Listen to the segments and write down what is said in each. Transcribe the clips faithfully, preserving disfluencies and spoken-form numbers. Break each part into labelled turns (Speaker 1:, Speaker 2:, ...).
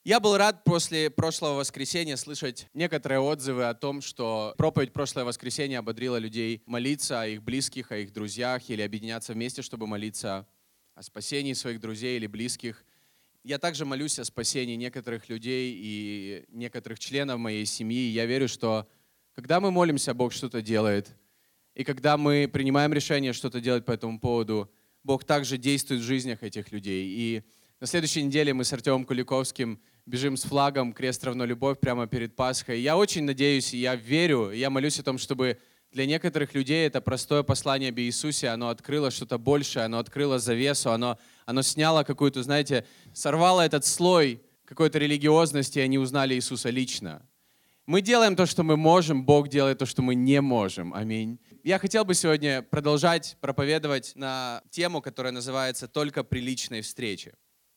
Speaker 1: Я был рад после прошлого воскресенья слышать некоторые отзывы о том, что проповедь прошлое воскресенье ободрила людей молиться о их близких, о их друзьях или объединяться вместе, чтобы молиться о спасении своих друзей или близких. Я также молюсь о спасении некоторых людей и некоторых членов моей семьи. Я верю, что когда мы молимся, Бог что-то делает. И когда мы принимаем решение что-то делать по этому поводу, Бог также действует в жизнях этих людей. И на следующей неделе мы с Артемом Куликовским бежим с флагом «Крест равно любовь» прямо перед Пасхой. Я очень надеюсь, и я верю, и я молюсь о том, чтобы для некоторых людей это простое послание об Иисусе, оно открыло что-то большее, оно открыло завесу, оно, оно сняло какую-то, знаете, сорвало этот слой какой-то религиозности, и они узнали Иисуса лично. Мы делаем то, что мы можем, Бог делает то, что мы не можем. Аминь. Я хотел бы сегодня продолжать проповедовать на тему, которая называется «Только при личной встрече».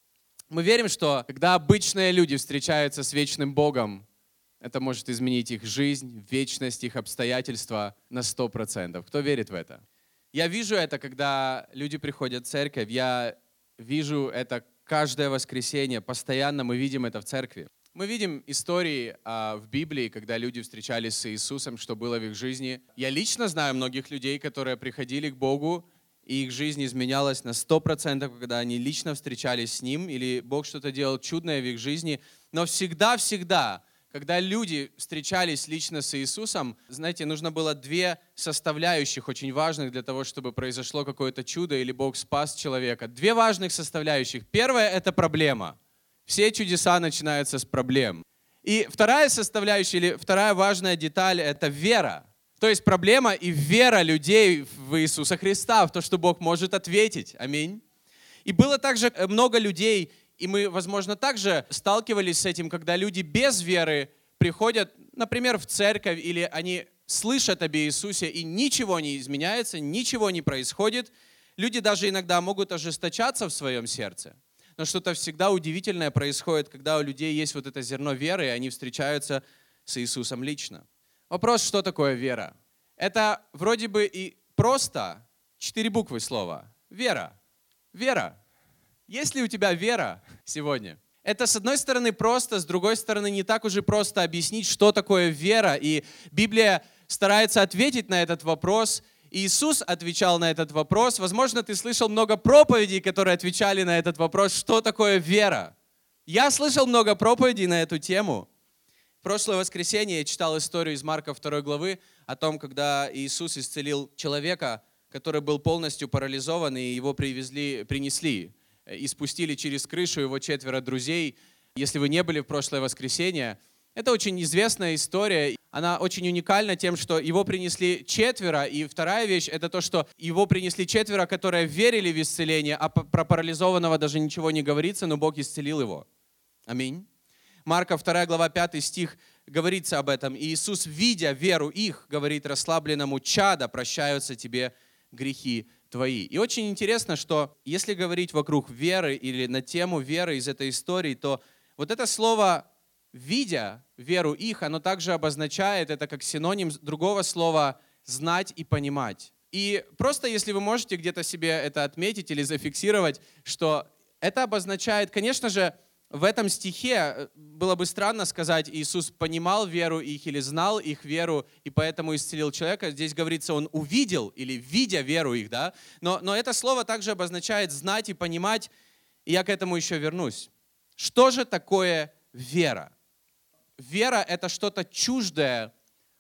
Speaker 1: Мы верим, что когда обычные люди встречаются с вечным Богом, это может изменить их жизнь, вечность, их обстоятельства на сто процентов. Кто верит в это? Я вижу это, когда люди приходят в церковь. Я вижу это каждое воскресенье. Постоянно мы видим это в церкви. Мы видим истории а, в Библии, когда люди встречались с Иисусом, что было в их жизни. Я лично знаю многих людей, которые приходили к Богу, и их жизнь изменялась на сто процентов, когда они лично встречались с Ним, или Бог что-то делал чудное в их жизни. Но всегда-всегда, когда люди встречались лично с Иисусом, знаете, нужно было две составляющих очень важных для того, чтобы произошло какое-то чудо или Бог спас человека. Две важных составляющих. Первая – это проблема. Все чудеса начинаются с проблем. И вторая составляющая, или вторая важная деталь – это вера. То есть проблема и вера людей в Иисуса Христа, в то, что Бог может ответить. Аминь. И было также много людей, и мы, возможно, также сталкивались с этим, когда люди без веры приходят, например, в церковь, или они слышат об Иисусе, и ничего не изменяется, ничего не происходит. Люди даже иногда могут ожесточаться в своем сердце. Но что-то всегда удивительное происходит, когда у людей есть вот это зерно веры, и они встречаются с Иисусом лично. Вопрос, что такое вера? Это вроде бы и просто четыре буквы слова. Вера. Вера. Есть ли у тебя вера сегодня? Это, с одной стороны, просто, с другой стороны, не так уж и просто объяснить, что такое вера. И Библия старается ответить на этот вопрос. Иисус отвечал на этот вопрос. Возможно, ты слышал много проповедей, которые отвечали на этот вопрос, что такое вера. Я слышал много проповедей на эту тему. В прошлое воскресенье я читал историю из Марка второй главы о том, когда Иисус исцелил человека, который был полностью парализован, и его привезли, принесли и спустили через крышу его четверо друзей. Если вы не были в прошлое воскресенье, это очень известная история. Она очень уникальна тем, что его принесли четверо, и вторая вещь – это то, что его принесли четверо, которые верили в исцеление, а про парализованного даже ничего не говорится, но Бог исцелил его. Аминь. Марка вторая глава, пятый стих говорится об этом. И Иисус, видя веру их, говорит расслабленному: «Чадо, прощаются тебе грехи твои». И очень интересно, что если говорить вокруг веры или на тему веры из этой истории, то вот это слово «видя веру их», оно также обозначает, это как синоним другого слова «знать» и «понимать». И просто если вы можете где-то себе это отметить или зафиксировать, что это обозначает, конечно же, в этом стихе было бы странно сказать, Иисус понимал веру их или знал их веру, и поэтому исцелил человека. Здесь говорится, он увидел или видя веру их, да? Но, но это слово также обозначает знать и понимать, и я к этому еще вернусь. Что же такое вера? Вера – это что-то чуждое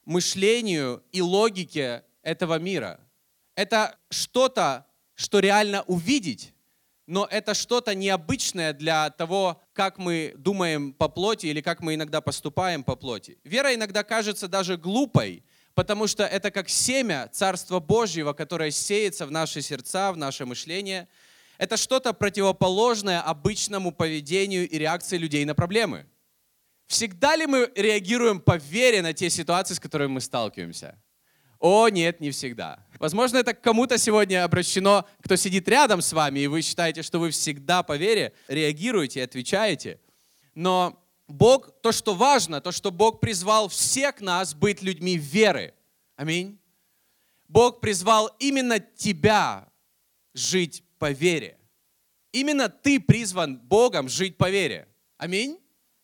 Speaker 1: мышлению и логике этого мира. Это что-то, что реально увидеть, но это что-то необычное для того, как мы думаем по плоти или как мы иногда поступаем по плоти. Вера иногда кажется даже глупой, потому что это как семя Царства Божьего, которое сеется в наши сердца, в наше мышление. Это что-то противоположное обычному поведению и реакции людей на проблемы. Всегда ли мы реагируем по вере на те ситуации, с которыми мы сталкиваемся? О, нет, не всегда. Возможно, это к кому-то сегодня обращено, кто сидит рядом с вами, и вы считаете, что вы всегда по вере реагируете и отвечаете. Но Бог, то, что важно, то, что Бог призвал всех нас быть людьми веры. Аминь. Бог призвал именно тебя жить по вере. Именно ты призван Богом жить по вере. Аминь.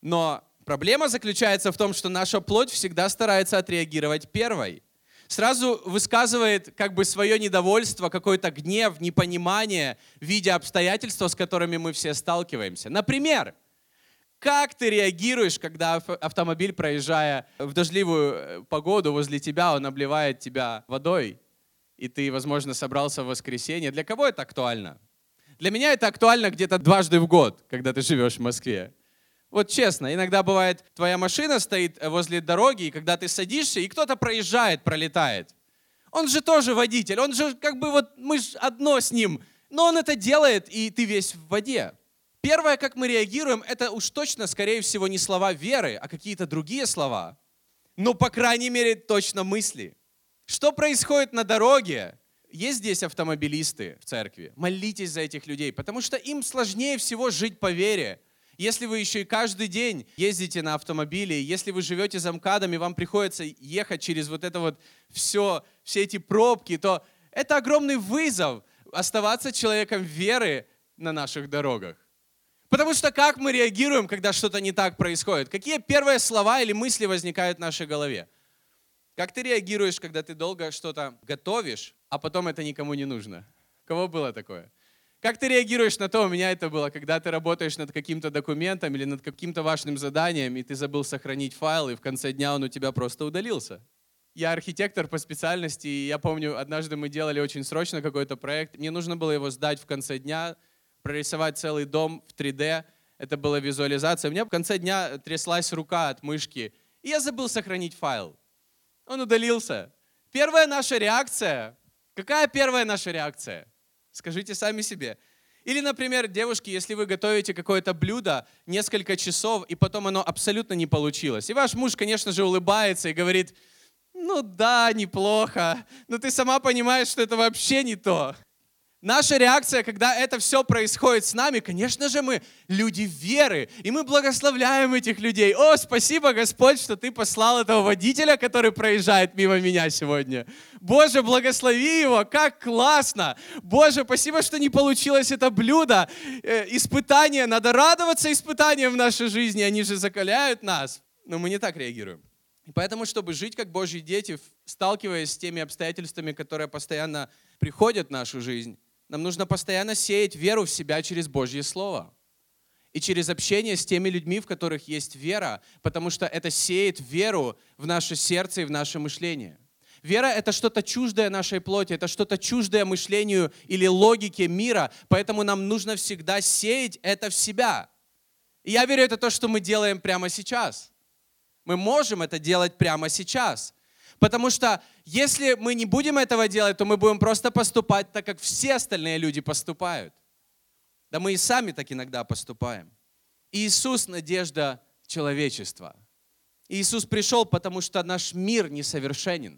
Speaker 1: Но проблема заключается в том, что наша плоть всегда старается отреагировать первой. Сразу высказывает как бы свое недовольство, какой-то гнев, непонимание, видя обстоятельства, с которыми мы все сталкиваемся. Например, как ты реагируешь, когда автомобиль, проезжая в дождливую погоду возле тебя, он обливает тебя водой, и ты, возможно, собрался в воскресенье? Для кого это актуально? Для меня это актуально где-то дважды в год, когда ты живешь в Москве. Вот честно, иногда бывает, твоя машина стоит возле дороги, и когда ты садишься, и кто-то проезжает, пролетает. Он же тоже водитель, он же как бы вот, мы же одно с ним, но он это делает, и ты весь в воде. Первое, как мы реагируем, это уж точно, скорее всего, не слова веры, а какие-то другие слова. Но, по крайней мере, точно мысли. Что происходит на дороге? Есть здесь автомобилисты в церкви? Молитесь за этих людей, потому что им сложнее всего жить по вере. Если вы еще и каждый день ездите на автомобиле, если вы живете за МКАДом, и вам приходится ехать через вот это вот все, все эти пробки, то это огромный вызов оставаться человеком веры на наших дорогах. Потому что как мы реагируем, когда что-то не так происходит? Какие первые слова или мысли возникают в нашей голове? Как ты реагируешь, когда ты долго что-то готовишь, а потом это никому не нужно? У кого было такое? Как ты реагируешь на то, у меня это было, когда ты работаешь над каким-то документом или над каким-то важным заданием, и ты забыл сохранить файл, и в конце дня он у тебя просто удалился? Я архитектор по специальности, и я помню, однажды мы делали очень срочно какой-то проект. Мне нужно было его сдать в конце дня, прорисовать целый дом в три дэ. Это была визуализация. У меня в конце дня тряслась рука от мышки, и я забыл сохранить файл. Он удалился. Первая наша реакция. Какая первая наша реакция? Скажите сами себе. Или, например, девушки, если вы готовите какое-то блюдо несколько часов, и потом оно абсолютно не получилось. И ваш муж, конечно же, улыбается и говорит: ну да, неплохо, но ты сама понимаешь, что это вообще не то. Наша реакция, когда это все происходит с нами, конечно же, мы люди веры, и мы благословляем этих людей. О, спасибо, Господь, что ты послал этого водителя, который проезжает мимо меня сегодня. Боже, благослови его, как классно. Боже, спасибо, что не получилось это блюдо. Э, испытания, надо радоваться испытаниям в нашей жизни, они же закаляют нас. Но мы не так реагируем. И поэтому, чтобы жить как Божьи дети, сталкиваясь с теми обстоятельствами, которые постоянно приходят в нашу жизнь, нам нужно постоянно сеять веру в себя через Божье Слово. И через общение с теми людьми, в которых есть вера, потому что это сеет веру в наше сердце и в наше мышление. Вера — это что-то чуждое нашей плоти, это что-то чуждое мышлению или логике мира, поэтому нам нужно всегда сеять это в себя. И я верю, это то, что мы делаем прямо сейчас. Мы можем это делать прямо сейчас. Потому что если мы не будем этого делать, то мы будем просто поступать так, как все остальные люди поступают. Да мы и сами так иногда поступаем. Иисус — надежда человечества. Иисус пришел, потому что наш мир несовершенен.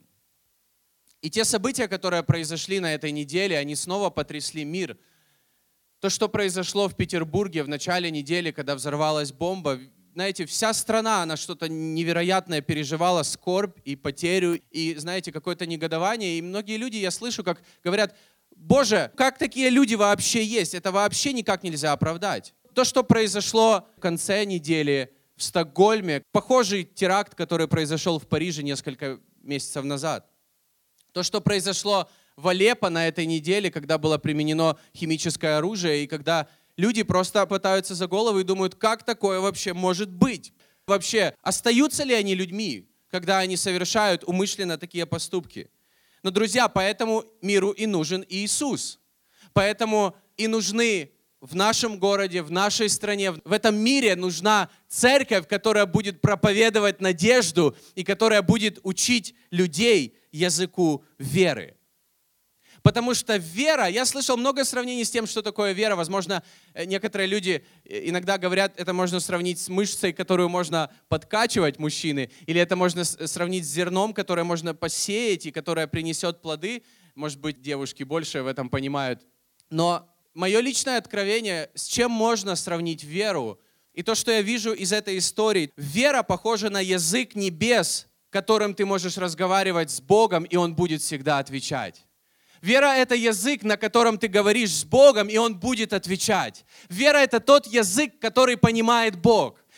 Speaker 1: И те события, которые произошли на этой неделе, они снова потрясли мир. То, что произошло в Петербурге в начале недели, когда взорвалась бомба, знаете, вся страна, она что-то невероятное переживала, скорбь и потерю, и, знаете, какое-то негодование. И многие люди, я слышу, как говорят: Боже, как такие люди вообще есть? Это вообще никак нельзя оправдать. То, что произошло в конце недели в Стокгольме, похожий теракт, который произошел в Париже несколько месяцев назад. То, что произошло в Алеппо на этой неделе, когда было применено химическое оружие, и когда люди просто пытаются за голову и думают, как такое вообще может быть? Вообще, остаются ли они людьми, когда они совершают умышленно такие поступки? Но, друзья, поэтому миру и нужен Иисус. Поэтому и нужны в нашем городе, в нашей стране, в этом мире нужна церковь, которая будет проповедовать надежду и которая будет учить людей языку веры. Потому что вера, я слышал много сравнений с тем, что такое вера. Возможно, некоторые люди иногда говорят, это можно сравнить с мышцей, которую можно подкачивать мужчины, или это можно сравнить с зерном, которое можно посеять и которое принесет плоды. Может быть, девушки больше в этом понимают. Но мое личное откровение, с чем можно сравнить веру, и то, что я вижу из этой истории, вера похожа на язык небес, которым ты можешь разговаривать с Богом, и Он будет всегда отвечать. Вера — это язык, на котором ты говоришь с Богом, и Он будет отвечать. Вера — это тот язык, который понимает Бог.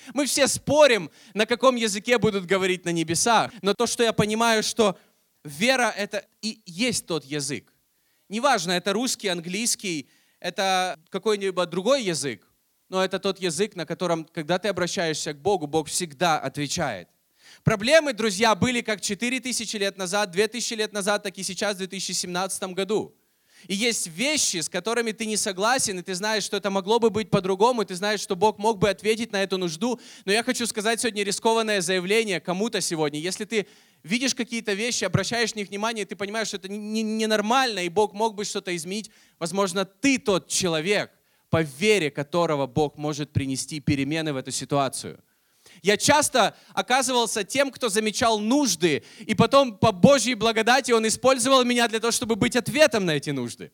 Speaker 1: Мы все спорим, на каком языке будут говорить на небесах. Но то, что я понимаю, что вера — это и есть тот язык. Неважно, это русский, английский, это какой-нибудь другой язык, но это тот язык, на котором, когда ты обращаешься к Богу, Бог всегда отвечает. Проблемы, друзья, были как четыре тысячи лет назад, две тысячи лет назад, так и сейчас, в две тысячи семнадцатом году. И есть вещи, с которыми ты не согласен, и ты знаешь, что это могло бы быть по-другому, и ты знаешь, что Бог мог бы ответить на эту нужду. Но я хочу сказать сегодня рискованное заявление кому-то сегодня. Если ты видишь какие-то вещи, обращаешь на них внимание, и ты понимаешь, что это ненормально, и Бог мог бы что-то изменить, возможно, ты тот человек, по вере которого Бог может принести перемены в эту ситуацию. Я часто оказывался тем, кто замечал нужды, и потом по Божьей благодати Он использовал меня для того, чтобы быть ответом на эти нужды.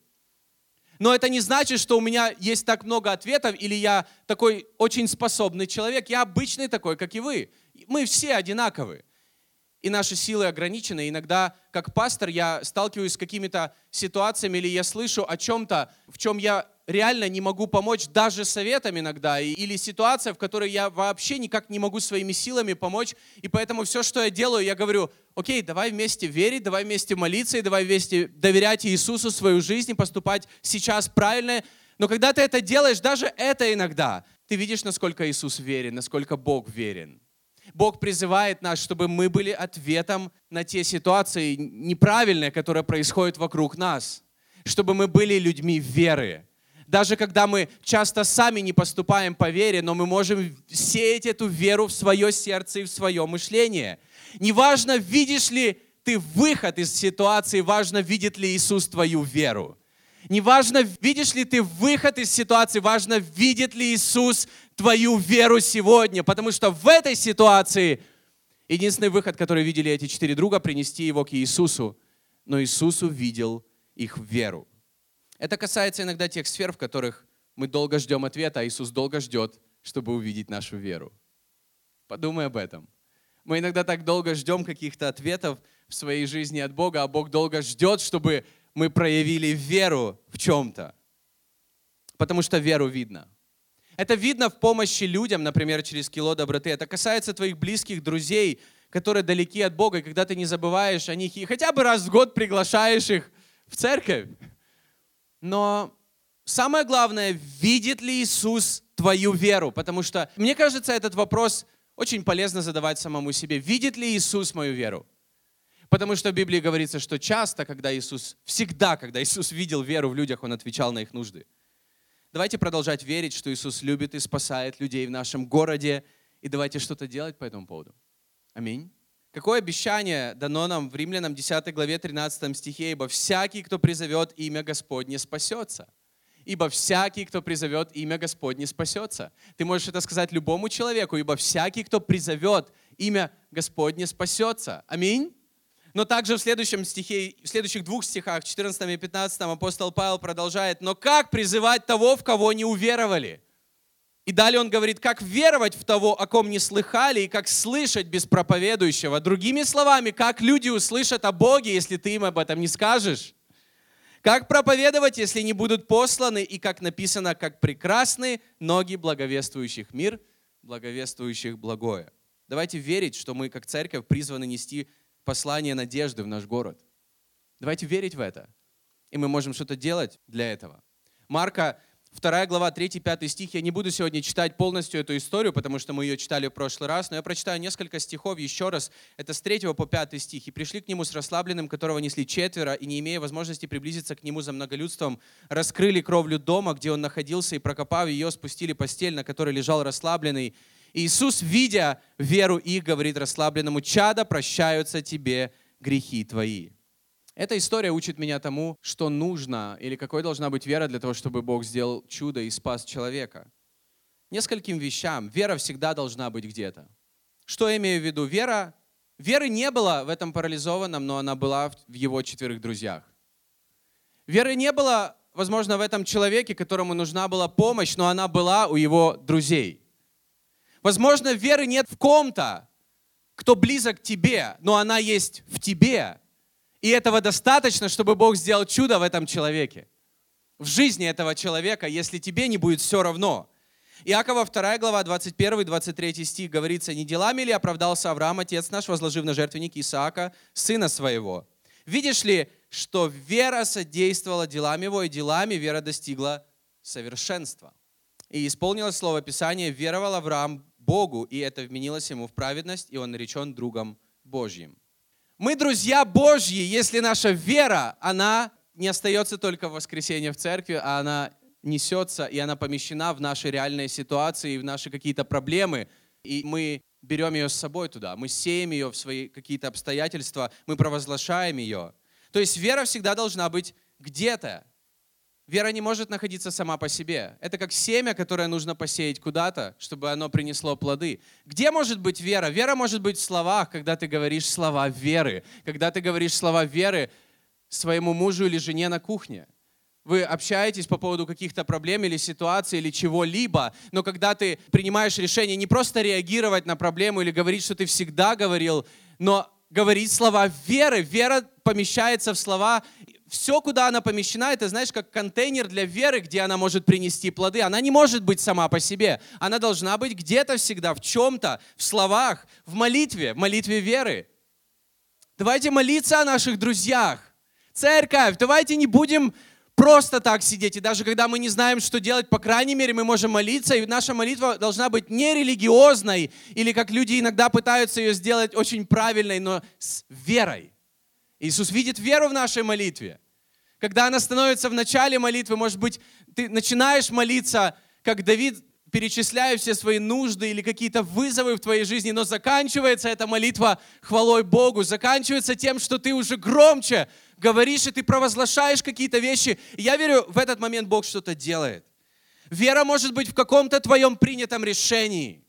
Speaker 1: Но это не значит, что у меня есть так много ответов, или я такой очень способный человек. Я обычный такой, как и вы. Мы все одинаковы. И наши силы ограничены. Иногда, как пастор, я сталкиваюсь с какими-то ситуациями, или я слышу о чем-то, в чем я реально не могу помочь, даже советом иногда, или ситуация, в которой я вообще никак не могу своими силами помочь, и поэтому все, что я делаю, я говорю: окей, давай вместе верить, давай вместе молиться, и давай вместе доверять Иисусу свою жизнь и поступать сейчас правильно. Но когда ты это делаешь, даже это иногда, ты видишь, насколько Иисус верен, насколько Бог верен. Бог призывает нас, чтобы мы были ответом на те ситуации неправильные, которые происходят вокруг нас, чтобы мы были людьми веры. Даже когда мы часто сами не поступаем по вере, но мы можем сеять эту веру в свое сердце и в свое мышление. Неважно, видишь ли ты выход из ситуации, важно, видит ли Иисус твою веру. Неважно, видишь ли ты выход из ситуации, важно, видит ли Иисус твою веру сегодня. Потому что в этой ситуации единственный выход, который видели эти четыре друга, принести его к Иисусу. Но Иисус увидел их веру. Это касается иногда тех сфер, в которых мы долго ждем ответа, а Иисус долго ждет, чтобы увидеть нашу веру. Подумай об этом. Мы иногда так долго ждем каких-то ответов в своей жизни от Бога, а Бог долго ждет, чтобы мы проявили веру в чем-то. Потому что веру видно. Это видно в помощи людям, например, через кило доброты. Это касается твоих близких друзей, которые далеки от Бога, и когда ты не забываешь о них и хотя бы раз в год приглашаешь их в церковь. Но самое главное, видит ли Иисус твою веру? Потому что, мне кажется, этот вопрос очень полезно задавать самому себе. Видит ли Иисус мою веру? Потому что в Библии говорится, что часто, когда Иисус, всегда, когда Иисус видел веру в людях, Он отвечал на их нужды. Давайте продолжать верить, что Иисус любит и спасает людей в нашем городе, и давайте что-то делать по этому поводу. Аминь. Какое обещание дано нам в Римлянам десятой главе тринадцатом стихе? «Ибо всякий, кто призовет имя Господне, спасется». Ибо всякий, кто призовет имя Господне, спасется. Ты можешь это сказать любому человеку, ибо всякий, кто призовет имя Господне, спасется. Аминь. Но также в следующем стихе, в следующих двух стихах, четырнадцатом и пятнадцатом, апостол Павел продолжает: «Но как призывать того, в кого не уверовали?» И далее он говорит: как веровать в того, о ком не слыхали, и как слышать без проповедующего. Другими словами, как люди услышат о Боге, если ты им об этом не скажешь? Как проповедовать, если не будут посланы, и как написано, как прекрасны ноги благовествующих мир, благовествующих благое. Давайте верить, что мы, как церковь, призваны нести послание надежды в наш город. Давайте верить в это. И мы можем что-то делать для этого. Марка, вторая глава, третий-пятый стих. Я не буду сегодня читать полностью эту историю, потому что мы ее читали в прошлый раз, но я прочитаю несколько стихов еще раз. Это с третьего по пятый стих. «И пришли к нему с расслабленным, которого несли четверо, и, не имея возможности приблизиться к нему за многолюдством, раскрыли кровлю дома, где он находился, и, прокопав ее, спустили постель, на которой лежал расслабленный. И Иисус, видя веру их, говорит расслабленному: чадо, прощаются тебе грехи твои». Эта история учит меня тому, что нужно, или какой должна быть вера для того, чтобы Бог сделал чудо и спас человека. Нескольким вещам. Вера всегда должна быть где-то. Что я имею в виду? Вера, веры не было в этом парализованном, но она была в его четверых друзьях. Веры не было, возможно, в этом человеке, которому нужна была помощь, но она была у его друзей. Возможно, веры нет в ком-то, кто близок к тебе, но она есть в тебе. И этого достаточно, чтобы Бог сделал чудо в этом человеке. В жизни этого человека, если тебе не будет все равно. Иакова вторая глава, двадцать первый двадцать третий стих говорится: «Не делами ли оправдался Авраам, отец наш, возложив на жертвенник Исаака, сына своего? Видишь ли, что вера содействовала делам его, и делами вера достигла совершенства. И исполнилось слово Писания: веровал Авраам Богу, и это вменилось ему в праведность, и он наречен другом Божьим». Мы друзья Божьи, если наша вера, она не остается только в воскресенье в церкви, а она несется, и она помещена в наши реальные ситуации, в наши какие-то проблемы, и мы берем ее с собой туда, мы сеем ее в свои какие-то обстоятельства, мы провозглашаем ее. То есть вера всегда должна быть где-то. Вера не может находиться сама по себе. Это как семя, которое нужно посеять куда-то, чтобы оно принесло плоды. Где может быть вера? Вера может быть в словах, когда ты говоришь слова веры, когда ты говоришь слова веры своему мужу или жене на кухне. Вы общаетесь по поводу каких-то проблем или ситуаций, или чего-либо, но когда ты принимаешь решение не просто реагировать на проблему или говорить, что ты всегда говорил, но говорить слова веры. Вера помещается в слова. Все, куда она помещена, это, знаешь, как контейнер для веры, где она может принести плоды. Она не может быть сама по себе. Она должна быть где-то всегда, в чем-то, в словах, в молитве, в молитве веры. Давайте молиться о наших друзьях. Церковь, давайте не будем просто так сидеть. И даже когда мы не знаем, что делать, по крайней мере, мы можем молиться. И наша молитва должна быть не религиозной, или как люди иногда пытаются ее сделать очень правильной, но с верой. Иисус видит веру в нашей молитве. Когда она становится в начале молитвы, может быть, ты начинаешь молиться, как Давид, перечисляя все свои нужды или какие-то вызовы в твоей жизни, но заканчивается эта молитва хвалой Богу, заканчивается тем, что ты уже громче говоришь, и ты провозглашаешь какие-то вещи. И я верю, в этот момент Бог что-то делает. Вера может быть в каком-то твоем принятом решении.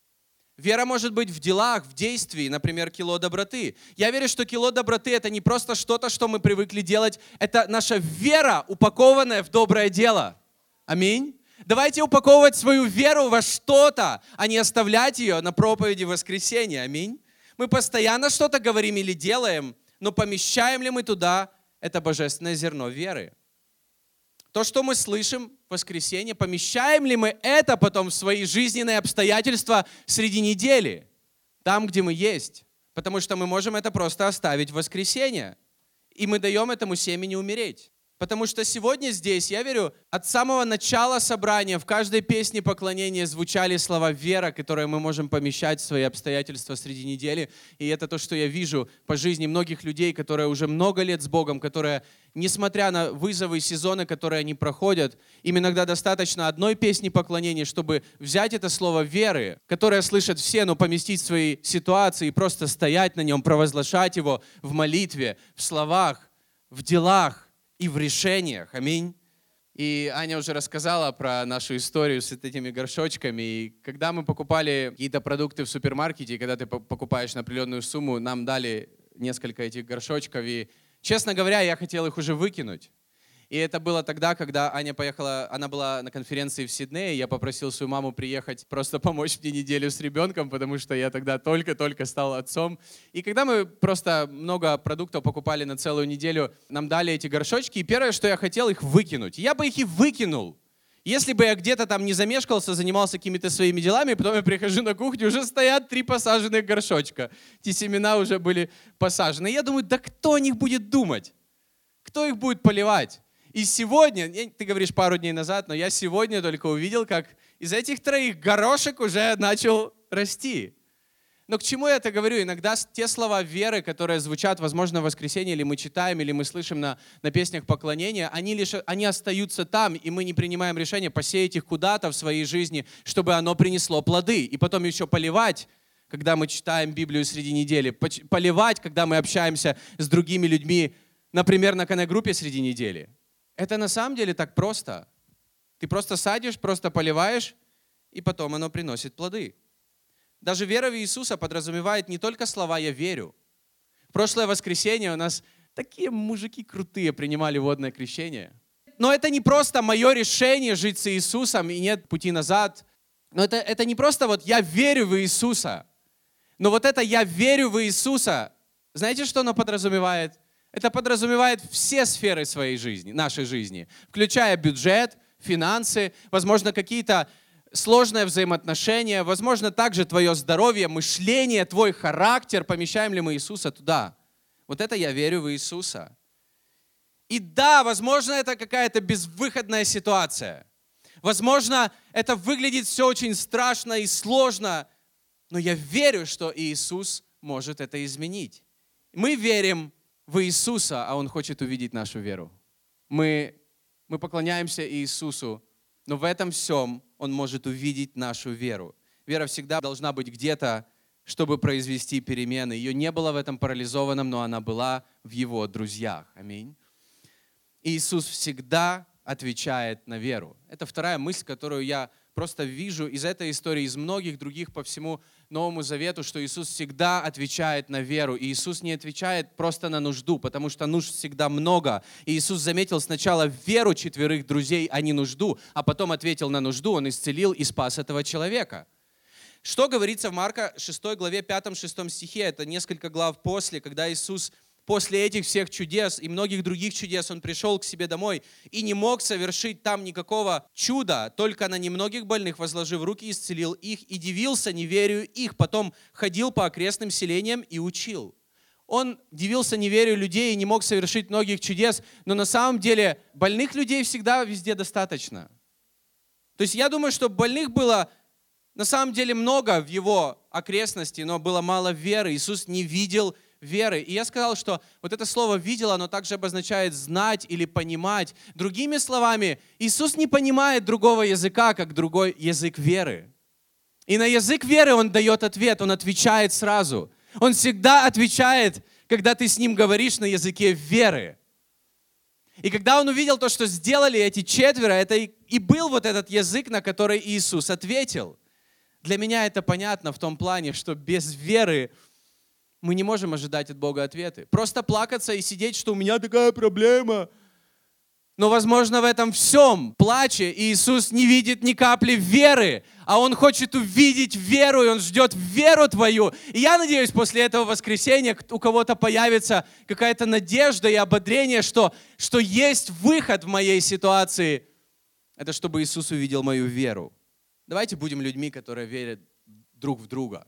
Speaker 1: Вера может быть в делах, в действии, например, кило доброты. Я верю, что кило доброты — это не просто что-то, что мы привыкли делать, это наша вера, упакованная в доброе дело. Аминь. Давайте упаковывать свою веру во что-то, а не оставлять ее на проповеди воскресенья. Аминь. Мы постоянно что-то говорим или делаем, но помещаем ли мы туда это божественное зерно веры? То, что мы слышим в воскресенье, помещаем ли мы это потом в свои жизненные обстоятельства среди недели, там, где мы есть? Потому что мы можем это просто оставить в воскресенье, и мы даем этому семени умереть. Потому что сегодня здесь, я верю, от самого начала собрания в каждой песне поклонения звучали слова «вера», которые мы можем помещать в свои обстоятельства среди недели. И это то, что я вижу по жизни многих людей, которые уже много лет с Богом, которые, несмотря на вызовы и сезоны, которые они проходят, им иногда достаточно одной песни поклонения, чтобы взять это слово веры, которое слышат все, но поместить в свои ситуации и просто стоять на нем, провозглашать его в молитве, в словах, в делах и в решениях. Аминь. И Аня уже рассказала про нашу историю с этими горшочками. И когда мы покупали какие-то продукты в супермаркете, и когда ты покупаешь на определенную сумму, нам дали несколько этих горшочков. И, честно говоря, я хотел их уже выкинуть. И это было тогда, когда Аня поехала, она была на конференции в Сиднее, я попросил свою маму приехать просто помочь мне неделю с ребенком, потому что я тогда только-только стал отцом. И когда мы просто много продуктов покупали на целую неделю, нам дали эти горшочки, и первое, что я хотел, их выкинуть. Я бы их и выкинул, если бы я где-то там не замешкался, занимался какими-то своими делами, потом я прихожу на кухню, уже стоят три посаженных горшочка. Эти семена уже были посажены. И я думаю, да кто о них будет думать? Кто их будет поливать? И сегодня, ты говоришь пару дней назад, но я сегодня только увидел, как из этих троих горошек уже начал расти. Но к чему я это говорю? Иногда те слова веры, которые звучат, возможно, в воскресенье, или мы читаем, или мы слышим на, на песнях поклонения, они, лишь, они остаются там, и мы не принимаем решение посеять их куда-то в своей жизни, чтобы оно принесло плоды. И потом еще поливать, когда мы читаем Библию среди недели, поливать, когда мы общаемся с другими людьми, например, на коннект-группе среди недели. Это на самом деле так просто. Ты просто садишь, просто поливаешь, и потом оно приносит плоды. Даже вера в Иисуса подразумевает не только слова «я верю». В прошлое воскресенье у нас такие мужики крутые принимали водное крещение. Но это не просто мое решение жить с Иисусом, и нет пути назад. Но это, это не просто вот «я верю в Иисуса». Но вот это «я верю в Иисуса», знаете, что оно подразумевает? Это подразумевает все сферы своей жизни, нашей жизни, включая бюджет, финансы, возможно, какие-то сложное взаимоотношение, возможно, также твое здоровье, мышление, твой характер. Помещаем ли мы Иисуса туда? Вот это я верю в Иисуса. И да, возможно, это какая-то безвыходная ситуация. Возможно, это выглядит все очень страшно и сложно, но я верю, что Иисус может это изменить. Мы верим в Иисуса, а Он хочет увидеть нашу веру. Мы, мы поклоняемся Иисусу, но в этом всем Он может увидеть нашу веру. Вера всегда должна быть где-то, чтобы произвести перемены. Ее не было в этом парализованном, но она была в Его друзьях. Аминь. Иисус всегда отвечает на веру. Это вторая мысль, которую я просто вижу из этой истории, из многих других по всему Новому Завету, что Иисус всегда отвечает на веру. И Иисус не отвечает просто на нужду, потому что нужд всегда много. И Иисус заметил сначала веру четверых друзей, а не нужду, а потом ответил на нужду, Он исцелил и спас этого человека. Что говорится в Марка шестой главе пятом-шестом стихе? Это несколько глав после, когда Иисус после этих всех чудес и многих других чудес Он пришел к себе домой и не мог совершить там никакого чуда, только на немногих больных, возложив руки, исцелил их и дивился неверию их. Потом ходил по окрестным селениям и учил. Он дивился неверию людей и не мог совершить многих чудес, но на самом деле больных людей всегда везде достаточно. То есть я думаю, что больных было на самом деле много в Его окрестности, но было мало веры. Иисус не видел веры. И я сказал, что вот это слово «видел», оно также обозначает знать или понимать. Другими словами, Иисус не понимает другого языка, как другой язык веры. И на язык веры Он дает ответ, Он отвечает сразу. Он всегда отвечает, когда ты с Ним говоришь на языке веры. И когда Он увидел то, что сделали эти четверо, это и, и был вот этот язык, на который Иисус ответил. Для меня это понятно в том плане, что без веры мы не можем ожидать от Бога ответы. Просто плакаться и сидеть, что у меня такая проблема. Но, возможно, в этом всем плаче Иисус не видит ни капли веры, а Он хочет увидеть веру, и Он ждет веру твою. И я надеюсь, после этого воскресенья у кого-то появится какая-то надежда и ободрение, что, что есть выход в моей ситуации. Это чтобы Иисус увидел мою веру. Давайте будем людьми, которые верят друг в друга.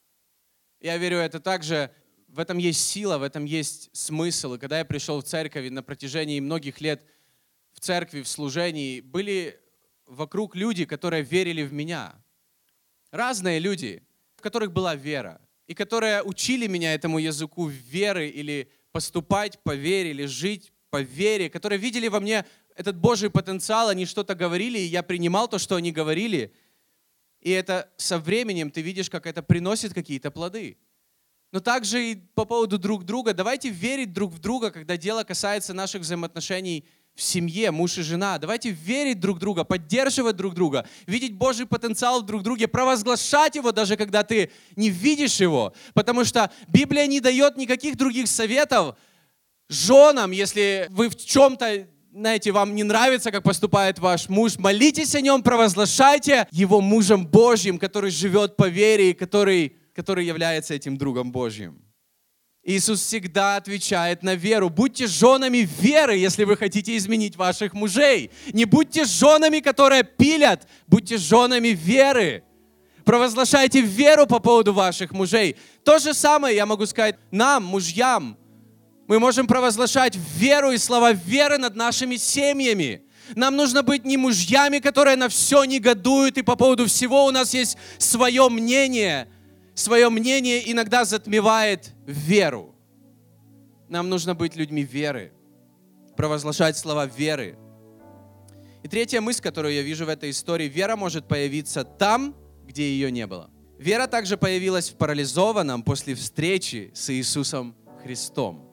Speaker 1: Я верю, это также, в этом есть сила, в этом есть смысл. И когда я пришел в церковь, на протяжении многих лет в церкви, в служении, были вокруг люди, которые верили в меня. Разные люди, в которых была вера, и которые учили меня этому языку веры, или поступать по вере, или жить по вере, которые видели во мне этот Божий потенциал, они что-то говорили, и я принимал то, что они говорили. И это со временем ты видишь, как это приносит какие-то плоды. Но также и по поводу друг друга. Давайте верить друг в друга, когда дело касается наших взаимоотношений в семье, муж и жена. Давайте верить друг в друга, поддерживать друг друга, видеть Божий потенциал в друг друге, провозглашать его, даже когда ты не видишь его. Потому что Библия не дает никаких других советов женам, если вы в чем-то, знаете, вам не нравится, как поступает ваш муж, молитесь о нем, провозглашайте его мужем Божьим, который живет по вере и который, который является этим другом Божьим. Иисус всегда отвечает на веру. Будьте женами веры, если вы хотите изменить ваших мужей. Не будьте женами, которые пилят, будьте женами веры. Провозглашайте веру по поводу ваших мужей. То же самое я могу сказать нам, мужьям. Мы можем провозглашать веру и слова веры над нашими семьями. Нам нужно быть не мужьями, которые на все негодуют, и по поводу всего у нас есть свое мнение. Свое мнение иногда затмевает веру. Нам нужно быть людьми веры, провозглашать слова веры. И третья мысль, которую я вижу в этой истории, вера может появиться там, где ее не было. Вера также появилась в парализованном после встречи с Иисусом Христом.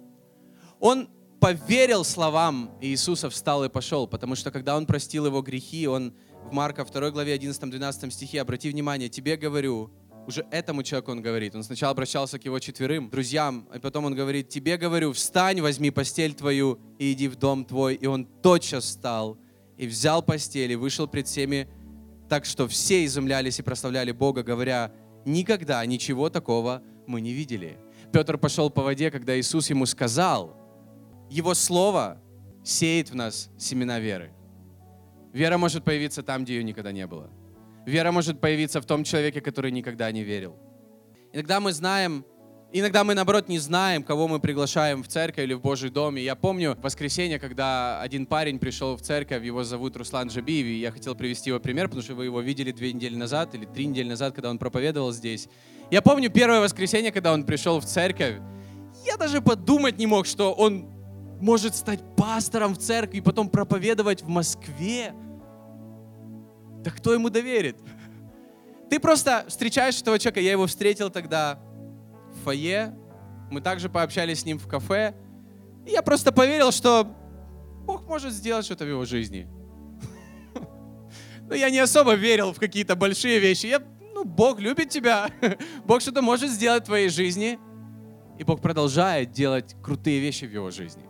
Speaker 1: Он поверил словам Иисуса, встал и пошел, потому что когда Он простил его грехи, Он в Марка второй главе одиннадцатом-двенадцатом стихе, обрати внимание, тебе говорю, уже этому человеку Он говорит, Он сначала обращался к его четверым друзьям, а потом Он говорит, тебе говорю, встань, возьми постель твою и иди в дом твой. И он тотчас встал и взял постель и вышел пред всеми, так что все изумлялись и прославляли Бога, говоря, никогда ничего такого мы не видели. Петр пошел по воде, когда Иисус ему сказал, Его Слово сеет в нас семена веры. Вера может появиться там, где ее никогда не было. Вера может появиться в том человеке, который никогда не верил. Иногда мы знаем, иногда мы, наоборот, не знаем, кого мы приглашаем в церковь или в Божий дом. И я помню воскресенье, когда один парень пришел в церковь, его зовут Руслан Джабиев, и я хотел привести его пример, потому что вы его видели две недели назад или три недели назад, когда он проповедовал здесь. Я помню первое воскресенье, когда он пришел в церковь, я даже подумать не мог, что он может стать пастором в церкви и потом проповедовать в Москве. Да кто ему доверит? Ты просто встречаешь этого человека. Я его встретил тогда в фойе. Мы также пообщались с ним в кафе. И я просто поверил, что Бог может сделать что-то в его жизни. Но я не особо верил в какие-то большие вещи. Я, ну, Бог любит тебя. Бог что-то может сделать в твоей жизни. И Бог продолжает делать крутые вещи в его жизни.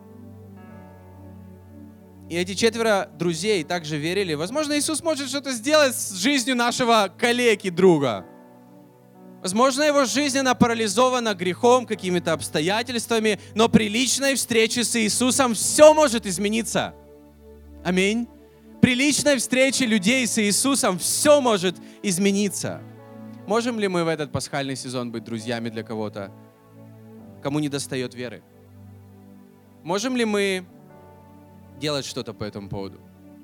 Speaker 1: И эти четверо друзей также верили. Возможно, Иисус может что-то сделать с жизнью нашего коллеги, друга. Возможно, его жизнь, она парализована грехом, какими-то обстоятельствами, но при личной встрече с Иисусом все может измениться. Аминь. При личной встрече людей с Иисусом все может измениться. Можем ли мы в этот пасхальный сезон быть друзьями для кого-то, кому не достает веры? Можем ли мы делать что-то по этому поводу?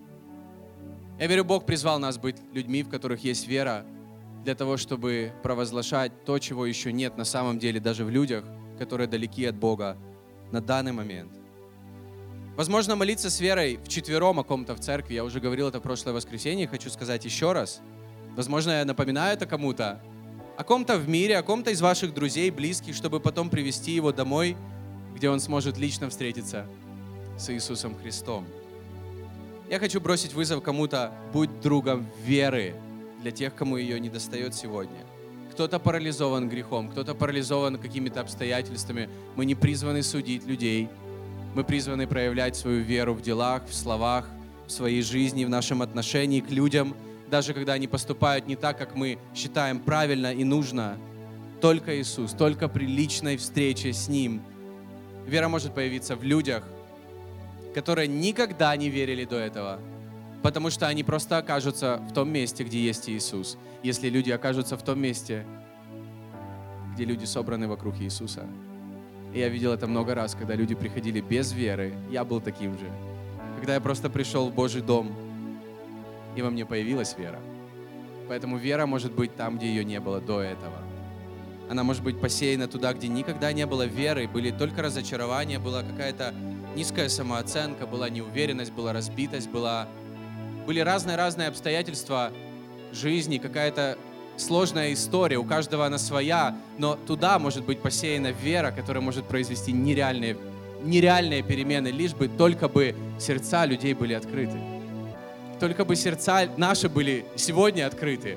Speaker 1: Я верю, Бог призвал нас быть людьми, в которых есть вера, для того, чтобы провозглашать то, чего еще нет на самом деле даже в людях, которые далеки от Бога на данный момент. Возможно, молиться с верой вчетвером о ком-то в церкви. Я уже говорил это в прошлое воскресенье, хочу сказать еще раз. Возможно, я напоминаю это кому-то. О ком-то в мире, о ком-то из ваших друзей, близких, чтобы потом привести его домой, где он сможет лично встретиться с Иисусом Христом. Я хочу бросить вызов кому-то: будь другом веры для тех, кому ее не достает сегодня. Кто-то парализован грехом, кто-то парализован какими-то обстоятельствами. Мы не призваны судить людей. Мы призваны проявлять свою веру в делах, в словах, в своей жизни, в нашем отношении к людям, даже когда они поступают не так, как мы считаем правильно и нужно. Только Иисус, только при личной встрече с Ним вера может появиться в людях, которые никогда не верили до этого, потому что они просто окажутся в том месте, где есть Иисус. Если люди окажутся в том месте, где люди собраны вокруг Иисуса. И я видел это много раз, когда люди приходили без веры. Я был таким же. Когда я просто пришел в Божий дом, и во мне появилась вера. Поэтому вера может быть там, где ее не было до этого. Она может быть посеяна туда, где никогда не было веры, были только разочарования, была какая-то низкая самооценка, была неуверенность, была разбитость, была... были разные-разные обстоятельства жизни, какая-то сложная история, у каждого она своя, но туда может быть посеяна вера, которая может произвести нереальные, нереальные перемены, лишь бы только бы сердца людей были открыты. Только бы сердца наши были сегодня открыты.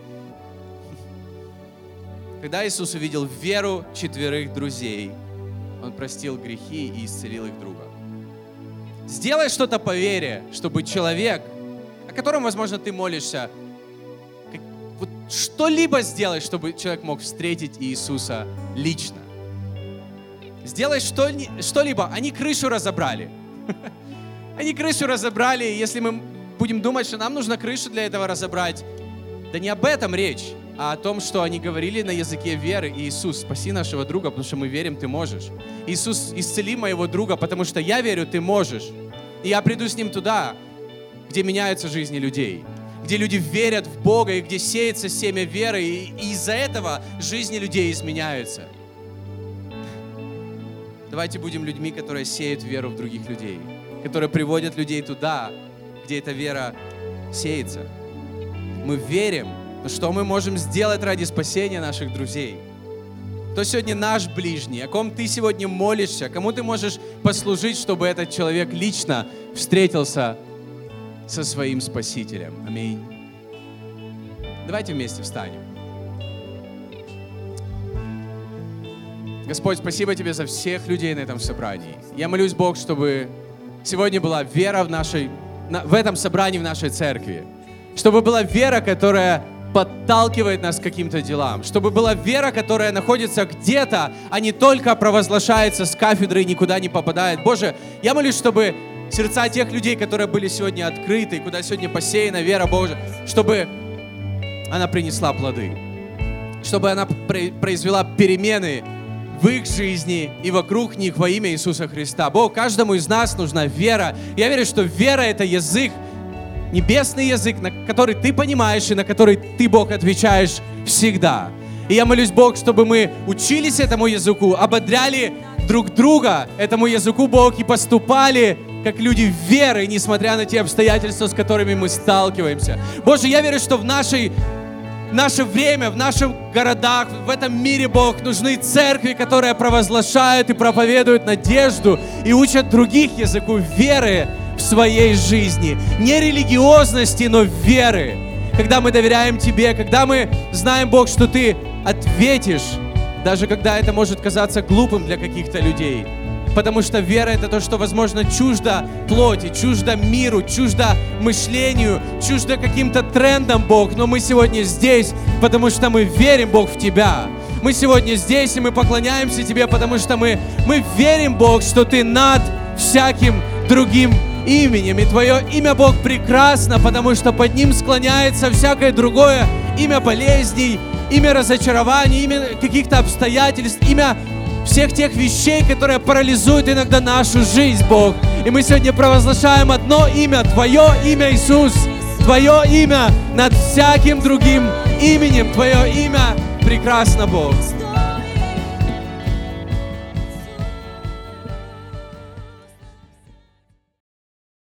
Speaker 1: Когда Иисус увидел веру четверых друзей, Он простил грехи и исцелил их друга. Сделай что-то по вере, чтобы человек, о котором, возможно, ты молишься, как, вот что-либо сделай, чтобы человек мог встретить Иисуса лично. Сделай что, что-либо. Они крышу разобрали. Они крышу разобрали, и если мы будем думать, что нам нужно крышу для этого разобрать, да не об этом речь, а о том, что они говорили на языке веры: Иисус, спаси нашего друга, потому что мы верим, Ты можешь. Иисус, исцели моего друга, потому что я верю, Ты можешь. И я приду с ним туда, где меняются жизни людей, где люди верят в Бога и где сеется семя веры, и, и из-за этого жизни людей изменяются. Давайте будем людьми, которые сеют веру в других людей, которые приводят людей туда, где эта вера сеется. Мы верим, но что мы можем сделать ради спасения наших друзей? Кто сегодня наш ближний, о ком ты сегодня молишься, кому ты можешь послужить, чтобы этот человек лично встретился со своим Спасителем. Аминь. Давайте вместе встанем. Господь, спасибо Тебе за всех людей на этом собрании. Я молюсь, Бог, чтобы сегодня была вера в, нашей, в этом собрании, в нашей церкви. Чтобы была вера, которая подталкивает нас к каким-то делам. Чтобы была вера, которая находится где-то, а не только провозглашается с кафедры и никуда не попадает. Боже, я молюсь, чтобы сердца тех людей, которые были сегодня открыты, куда сегодня посеяна вера Божия, чтобы она принесла плоды. Чтобы она произвела перемены в их жизни и вокруг них во имя Иисуса Христа. Бог, каждому из нас нужна вера. Я верю, что вера — это язык, небесный язык, на который ты понимаешь и на который ты, Бог, отвечаешь всегда. И я молюсь, Бог, чтобы мы учились этому языку, ободряли друг друга этому языку, Бог, и поступали как люди веры, несмотря на те обстоятельства, с которыми мы сталкиваемся. Боже, я верю, что в нашей В наше время, в наших городах, в этом мире, Бог, нужны церкви, которые провозглашают и проповедуют надежду и учат других языку веры в своей жизни. Не религиозности, но веры. Когда мы доверяем Тебе, когда мы знаем, Бог, что Ты ответишь, даже когда это может казаться глупым для каких-то людей. Потому что вера — это то, что, возможно, чуждо плоти, чуждо миру, чуждо мышлению, чуждо каким-то трендам, Бог. Но мы сегодня здесь, потому что мы верим, Бог, в Тебя. Мы сегодня здесь, и мы поклоняемся Тебе, потому что мы, мы верим, Бог, что Ты над всяким другим именем. И Твое имя, Бог, прекрасно, потому что под ним склоняется всякое другое имя болезней, имя разочарований, имя каких-то обстоятельств, имя всех тех вещей, которые парализуют иногда нашу жизнь, Бог. И мы сегодня провозглашаем одно имя, Твое имя, Иисус. Твое имя над всяким другим именем. Твое имя прекрасно, Бог.